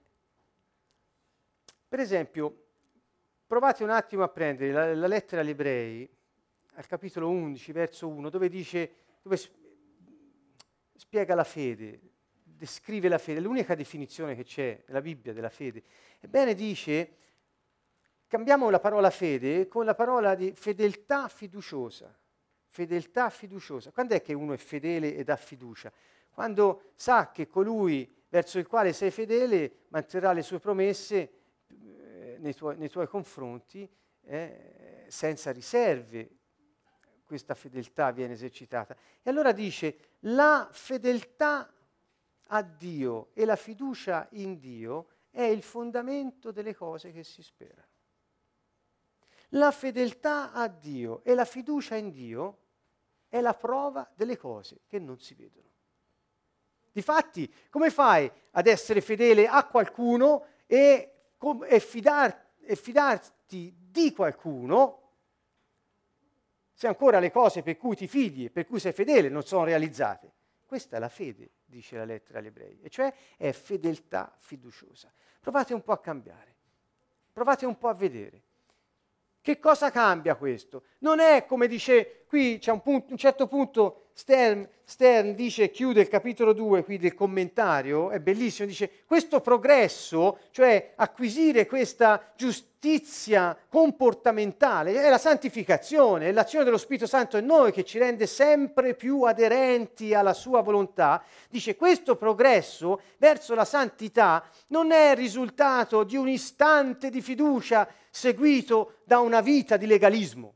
per esempio, provate un attimo a prendere la, la lettera agli Ebrei, al capitolo undici, verso uno, dove dice, dove spiega la fede, descrive la fede, l'unica definizione che c'è nella Bibbia della fede. Ebbene dice, cambiamo la parola fede con la parola di fedeltà fiduciosa. fedeltà fiduciosa. Quando è che uno è fedele ed ha fiducia? Quando sa che colui verso il quale sei fedele manterrà le sue promesse eh, nei, tuoi, nei tuoi confronti eh, senza riserve. Questa fedeltà viene esercitata. E allora dice, la fedeltà a Dio e la fiducia in Dio è il fondamento delle cose che si sperano. La fedeltà a Dio e la fiducia in Dio è la prova delle cose che non si vedono. Difatti, come fai ad essere fedele a qualcuno e, e, fidar, e fidarti di qualcuno se ancora le cose per cui ti fidi e per cui sei fedele non sono realizzate? Questa è la fede, dice la lettera agli Ebrei, e cioè è fedeltà fiduciosa. Provate un po' a cambiare, provate un po' a vedere. Che cosa cambia questo? Non è come dice, qui c'è un, punto, un certo punto, Stern, Stern dice, chiude il capitolo due qui del commentario, è bellissimo, dice, questo progresso, cioè acquisire questa giustizia comportamentale, è la santificazione, è l'azione dello Spirito Santo in noi che ci rende sempre più aderenti alla sua volontà. Dice, questo progresso verso la santità non è il risultato di un istante di fiducia seguito da una vita di legalismo,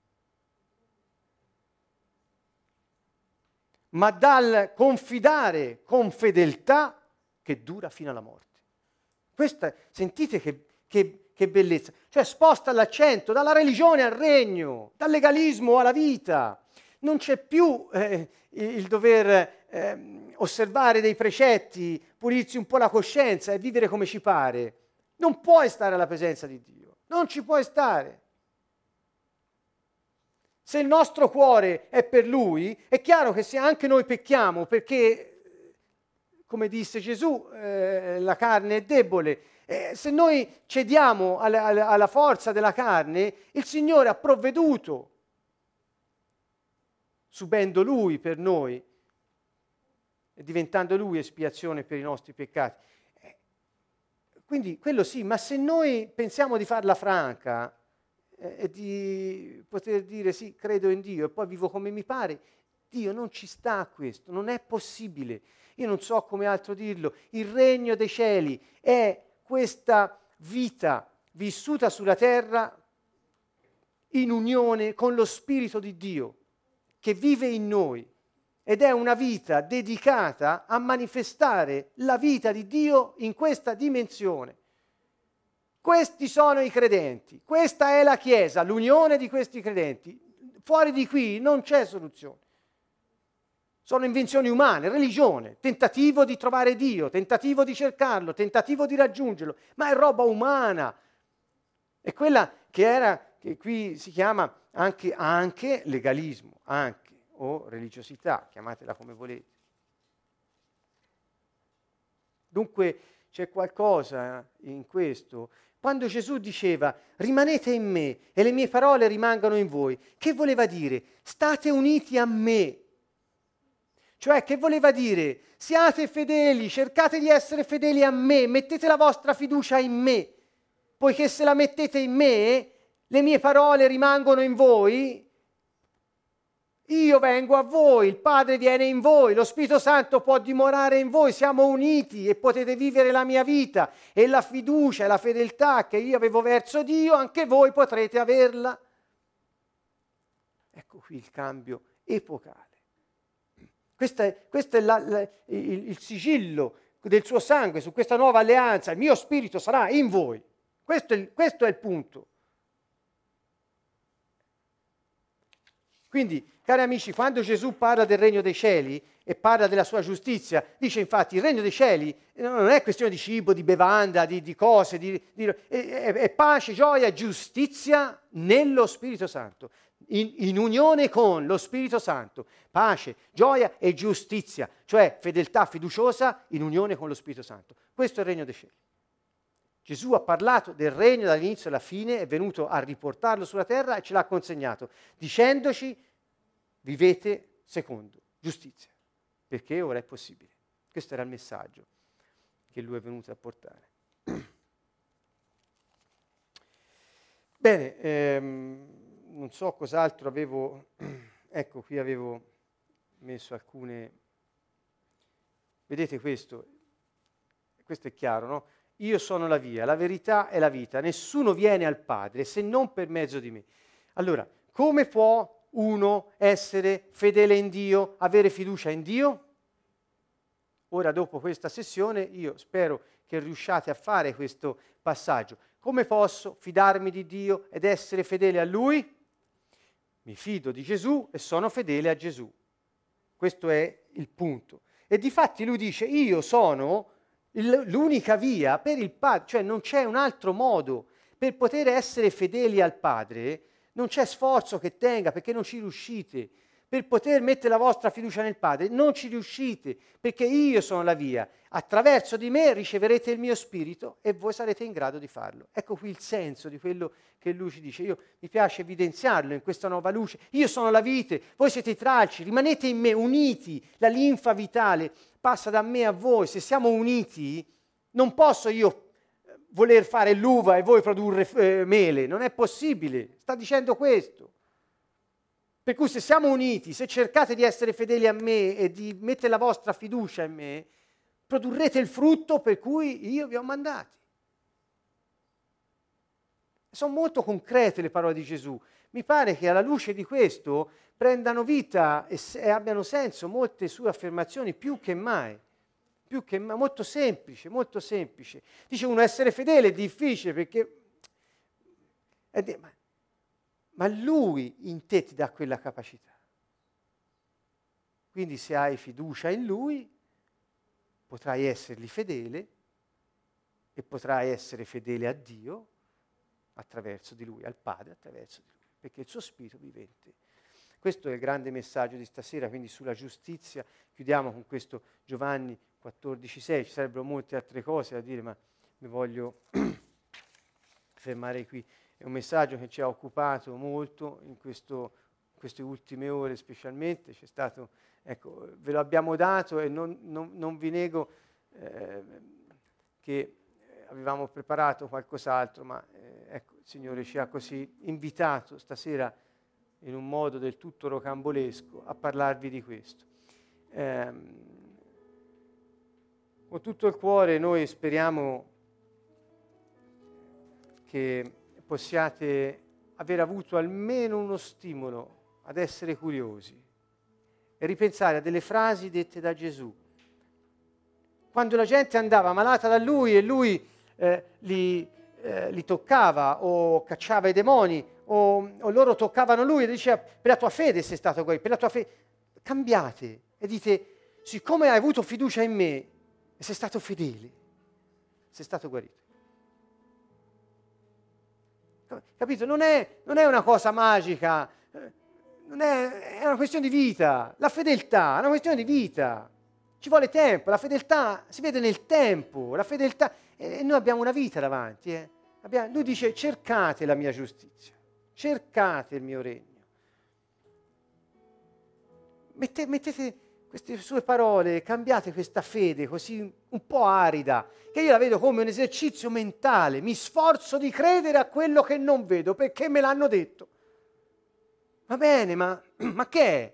ma dal confidare con fedeltà che dura fino alla morte. Questa, sentite che, che, che bellezza, cioè sposta l'accento dalla religione al regno, dal legalismo alla vita. Non c'è più eh, il dover eh, osservare dei precetti, pulirsi un po' la coscienza e vivere come ci pare. Non puoi stare alla presenza di Dio. Non ci puoi stare. Se il nostro cuore è per Lui, è chiaro che se anche noi pecchiamo, perché, come disse Gesù, eh, la carne è debole, eh, se noi cediamo alla, alla, alla forza della carne, il Signore ha provveduto, subendo Lui per noi e diventando Lui espiazione per i nostri peccati. Quindi quello sì, ma se noi pensiamo di farla franca eh, e di poter dire sì, credo in Dio e poi vivo come mi pare, Dio non ci sta a questo, non è possibile. Io non so come altro dirlo. Il regno dei cieli è questa vita vissuta sulla terra in unione con lo Spirito di Dio che vive in noi. Ed è una vita dedicata a manifestare la vita di Dio in questa dimensione. Questi sono i credenti, questa è la Chiesa, l'unione di questi credenti. Fuori di qui non c'è soluzione. Sono invenzioni umane, religione, tentativo di trovare Dio, tentativo di cercarlo, tentativo di raggiungerlo, ma è roba umana. È quella che era, che qui si chiama anche, anche legalismo, anche. O religiosità, chiamatela come volete. Dunque c'è qualcosa in questo. Quando Gesù diceva rimanete in me e le mie parole rimangano in voi, che voleva dire? State uniti a me. Cioè, che voleva dire? Siate fedeli, cercate di essere fedeli a me, mettete la vostra fiducia in me, poiché se la mettete in me, le mie parole rimangono in voi. Io vengo a voi, il Padre viene in voi, lo Spirito Santo può dimorare in voi, siamo uniti e potete vivere la mia vita e la fiducia e la fedeltà che io avevo verso Dio, anche voi potrete averla. Ecco qui il cambio epocale. Questo è, questo è la, la, il, il sigillo del suo sangue su questa nuova alleanza, il mio Spirito sarà in voi. Questo è, questo è il punto. Quindi, cari amici, quando Gesù parla del regno dei cieli e parla della sua giustizia, dice infatti il regno dei cieli non è questione di cibo, di bevanda, di, di cose, di, di, è, è, è pace, gioia, giustizia nello Spirito Santo, in, in unione con lo Spirito Santo, pace, gioia e giustizia, cioè fedeltà fiduciosa in unione con lo Spirito Santo. Questo è il regno dei cieli. Gesù ha parlato del regno dall'inizio alla fine, è venuto a riportarlo sulla terra e ce l'ha consegnato, dicendoci vivete secondo giustizia, perché ora è possibile. Questo era il messaggio che lui è venuto a portare. Bene, ehm, non so cos'altro avevo... ecco, qui avevo messo alcune... Vedete questo? Questo è chiaro, no? Io sono la via, la verità e la vita. Nessuno viene al Padre se non per mezzo di me. Allora, come può uno essere fedele in Dio, avere fiducia in Dio? Ora, dopo questa sessione, io spero che riusciate a fare questo passaggio. Come posso fidarmi di Dio ed essere fedele a Lui? Mi fido di Gesù e sono fedele a Gesù. Questo è il punto. E difatti lui dice, io sono il, l'unica via per il Padre, cioè non c'è un altro modo per poter essere fedeli al Padre, non c'è sforzo che tenga perché non ci riuscite. Per poter mettere la vostra fiducia nel Padre non ci riuscite, perché io sono la via. Attraverso di me riceverete il mio spirito e voi sarete in grado di farlo. Ecco qui il senso di quello che lui ci dice. Io mi piace evidenziarlo in questa nuova luce. Io sono la vite, voi siete i tralci, rimanete in me uniti. La linfa vitale passa da me a voi. Se siamo uniti, non posso io voler fare l'uva e voi produrre eh, mele. Non è possibile. Sta dicendo questo. Per cui se siamo uniti, se cercate di essere fedeli a me e di mettere la vostra fiducia in me, produrrete il frutto per cui io vi ho mandati. Sono molto concrete le parole di Gesù. Mi pare che alla luce di questo prendano vita e, e abbiano senso molte sue affermazioni più che mai. Più che mai, molto semplice, molto semplice. Dice uno, essere fedele è difficile perché... È di, ma, ma lui in te ti dà quella capacità. Quindi se hai fiducia in lui, potrai essergli fedele e potrai essere fedele a Dio attraverso di lui, al Padre attraverso di lui, perché il suo spirito vivente. Questo è il grande messaggio di stasera, quindi sulla giustizia. Chiudiamo con questo Giovanni quattordici sei, ci sarebbero molte altre cose da dire, ma mi voglio fermare qui. È un messaggio che ci ha occupato molto in questo, queste ultime ore specialmente, c'è stato, ecco, ve lo abbiamo dato e non, non, non vi nego eh, che avevamo preparato qualcos'altro, ma eh, ecco, il Signore ci ha così invitato stasera in un modo del tutto rocambolesco a parlarvi di questo. Eh, con tutto il cuore noi speriamo che possiate aver avuto almeno uno stimolo ad essere curiosi e ripensare a delle frasi dette da Gesù. Quando la gente andava malata da lui e lui eh, li, eh, li toccava o cacciava i demoni o, o loro toccavano lui e diceva per la tua fede sei stato guarito, per la tua fede cambiate e dite siccome hai avuto fiducia in me e sei stato fedele, sei stato guarito. Capito? Non è, non è una cosa magica, non è, è una questione di vita. La fedeltà è una questione di vita. Ci vuole tempo, la fedeltà si vede nel tempo, la fedeltà, e noi abbiamo una vita davanti. Eh. Abbiamo, lui dice cercate la mia giustizia, cercate il mio regno. Mette, mettete queste sue parole, cambiate questa fede così un po' arida, che io la vedo come un esercizio mentale, mi sforzo di credere a quello che non vedo, perché me l'hanno detto. Va bene, ma, ma che è?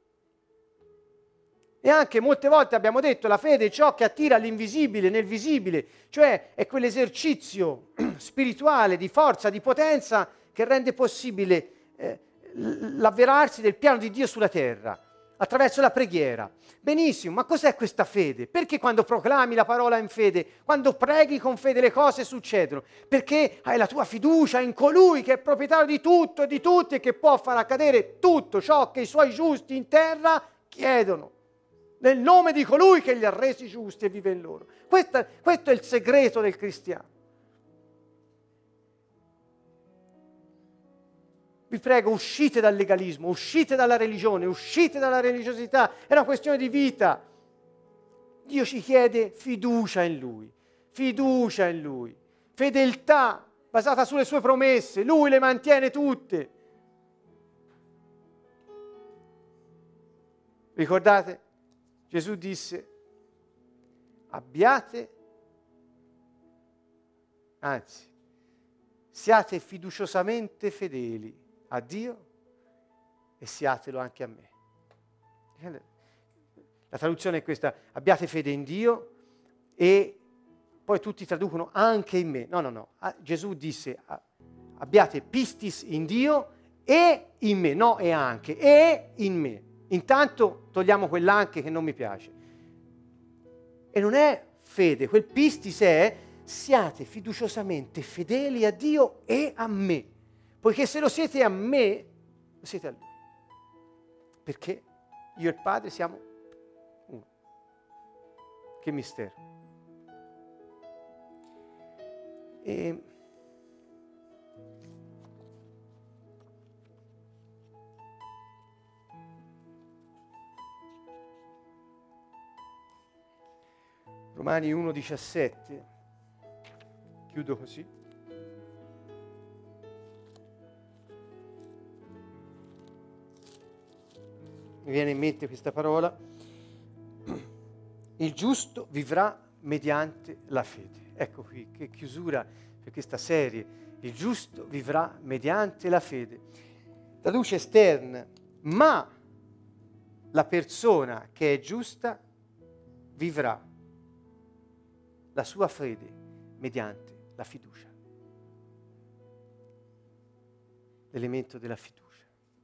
E anche molte volte abbiamo detto la fede è ciò che attira l'invisibile nel visibile, cioè è quell'esercizio spirituale di forza, di potenza che rende possibile eh, l'avverarsi del piano di Dio sulla terra. Attraverso la preghiera. Benissimo, ma cos'è questa fede? Perché quando proclami la parola in fede, quando preghi con fede le cose succedono? Perché hai la tua fiducia in colui che è proprietario di tutto e di tutti e che può far accadere tutto ciò che i suoi giusti in terra chiedono. Nel nome di colui che li ha resi giusti e vive in loro. Questo, questo è il segreto del cristiano. Vi prego, uscite dal legalismo, uscite dalla religione, uscite dalla religiosità, è una questione di vita. Dio ci chiede fiducia in Lui, fiducia in Lui, fedeltà basata sulle sue promesse, Lui le mantiene tutte. Ricordate? Gesù disse, abbiate, anzi, siate fiduciosamente fedeli a Dio e siatelo anche a me. La traduzione è questa: abbiate fede in Dio e poi tutti traducono anche in me. No, no, no. Gesù disse abbiate pistis in Dio e in me, no e anche, e in me. Intanto togliamo quell'anche che non mi piace. E non è fede, quel pistis è siate fiduciosamente fedeli a Dio e a me. Poiché se lo siete a me, lo siete a Lui. Perché io e il Padre siamo uno. Che mistero. E Romani uno diciassette, chiudo così. Mi viene in mente questa parola: il giusto vivrà mediante la fede. Ecco qui, che chiusura per questa serie. Il giusto vivrà mediante la fede. Traduce Stern: ma la persona che è giusta vivrà la sua fede mediante la fiducia. L'elemento della fiducia.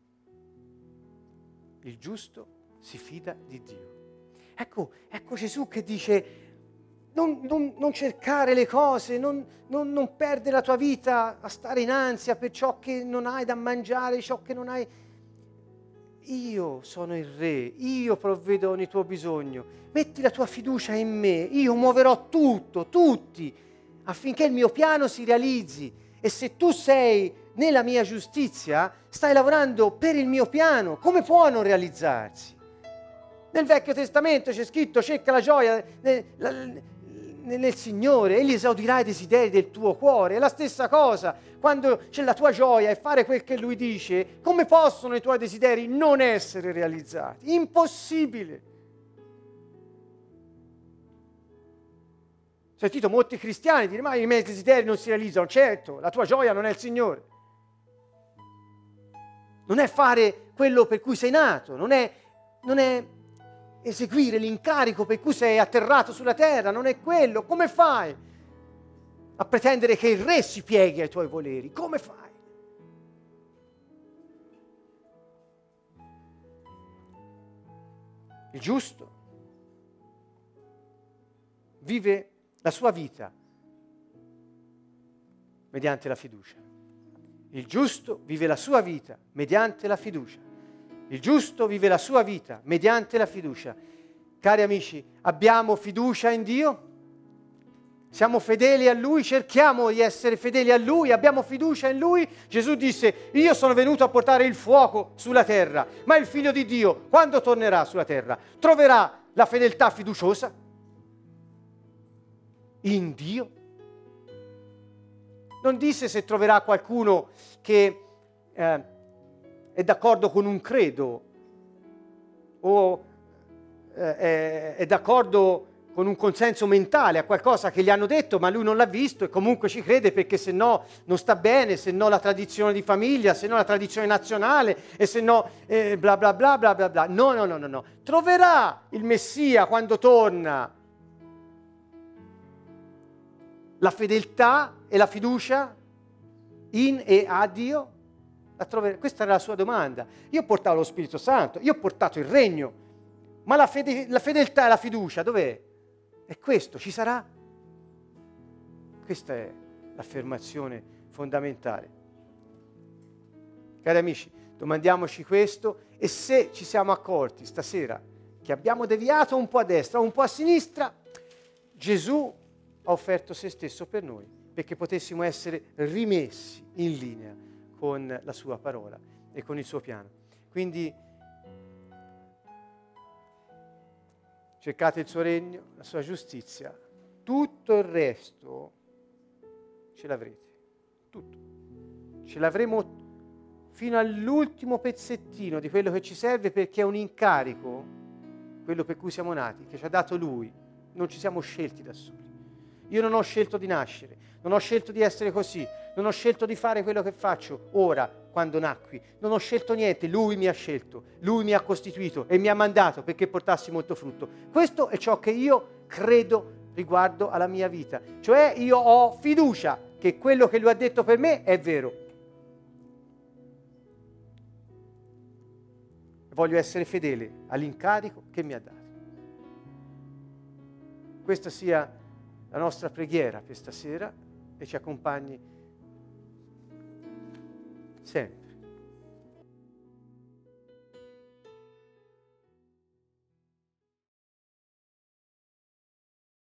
Il giusto si fida di Dio. Ecco, ecco Gesù che dice: non, non, non cercare le cose, non, non, non perdere la tua vita a stare in ansia per ciò che non hai da mangiare, ciò che non hai. Io sono il Re, io provvedo ogni tuo bisogno. Metti la tua fiducia in me, io muoverò tutto, tutti, affinché il mio piano si realizzi. E se tu sei nella mia giustizia, stai lavorando per il mio piano. Come può non realizzarsi? Nel Vecchio Testamento c'è scritto: cerca la gioia nel, nel, nel Signore, Egli esaudirà i desideri del tuo cuore. È la stessa cosa, quando c'è la tua gioia e fare quel che Lui dice, come possono i tuoi desideri non essere realizzati? Impossibile. Ho sentito molti cristiani dire: ma i miei desideri non si realizzano. Certo, la tua gioia non è il Signore. Non è fare quello per cui sei nato, non è, non è eseguire l'incarico per cui sei atterrato sulla terra, non è quello. Come fai a pretendere che il Re si pieghi ai tuoi voleri? Come fai? Il giusto vive la sua vita mediante la fiducia. Il giusto vive la sua vita mediante la fiducia. Il giusto vive la sua vita mediante la fiducia. Cari amici, abbiamo fiducia in Dio? Siamo fedeli a Lui? Cerchiamo di essere fedeli a Lui? Abbiamo fiducia in Lui? Gesù disse: io sono venuto a portare il fuoco sulla terra, ma il Figlio di Dio, quando tornerà sulla terra, troverà la fedeltà fiduciosa in Dio? Non disse se troverà qualcuno che eh, è d'accordo con un credo o eh, è, è d'accordo con un consenso mentale a qualcosa che gli hanno detto, ma lui non l'ha visto e comunque ci crede perché se no non sta bene, se no la tradizione di famiglia, se no la tradizione nazionale e se no eh, bla bla bla bla bla bla. No, no, no, no, no. Troverà il Messia quando torna la fedeltà e la fiducia in e a Dio? La troverà. Questa era la sua domanda. Io ho portato lo Spirito Santo, io ho portato il regno, ma la, fede, la fedeltà e la fiducia dov'è? È questo, ci sarà? Questa è l'affermazione fondamentale. Cari amici, domandiamoci questo e se ci siamo accorti stasera che abbiamo deviato un po' a destra, un po' a sinistra, Gesù ha offerto se stesso per noi, perché potessimo essere rimessi in linea con la sua parola e con il suo piano. Quindi cercate il suo regno, la sua giustizia, tutto il resto ce l'avrete, tutto. Ce l'avremo fino all'ultimo pezzettino di quello che ci serve, perché è un incarico, quello per cui siamo nati, che ci ha dato Lui, non ci siamo scelti da soli. Io non ho scelto di nascere, non ho scelto di essere così, non ho scelto di fare quello che faccio ora, quando nacqui, non ho scelto niente, Lui mi ha scelto, Lui mi ha costituito e mi ha mandato perché portassi molto frutto. Questo è ciò che io credo riguardo alla mia vita, cioè io ho fiducia che quello che Lui ha detto per me è vero. Voglio essere fedele all'incarico che mi ha dato. Questa sia la nostra preghiera per stasera e ci accompagni sempre.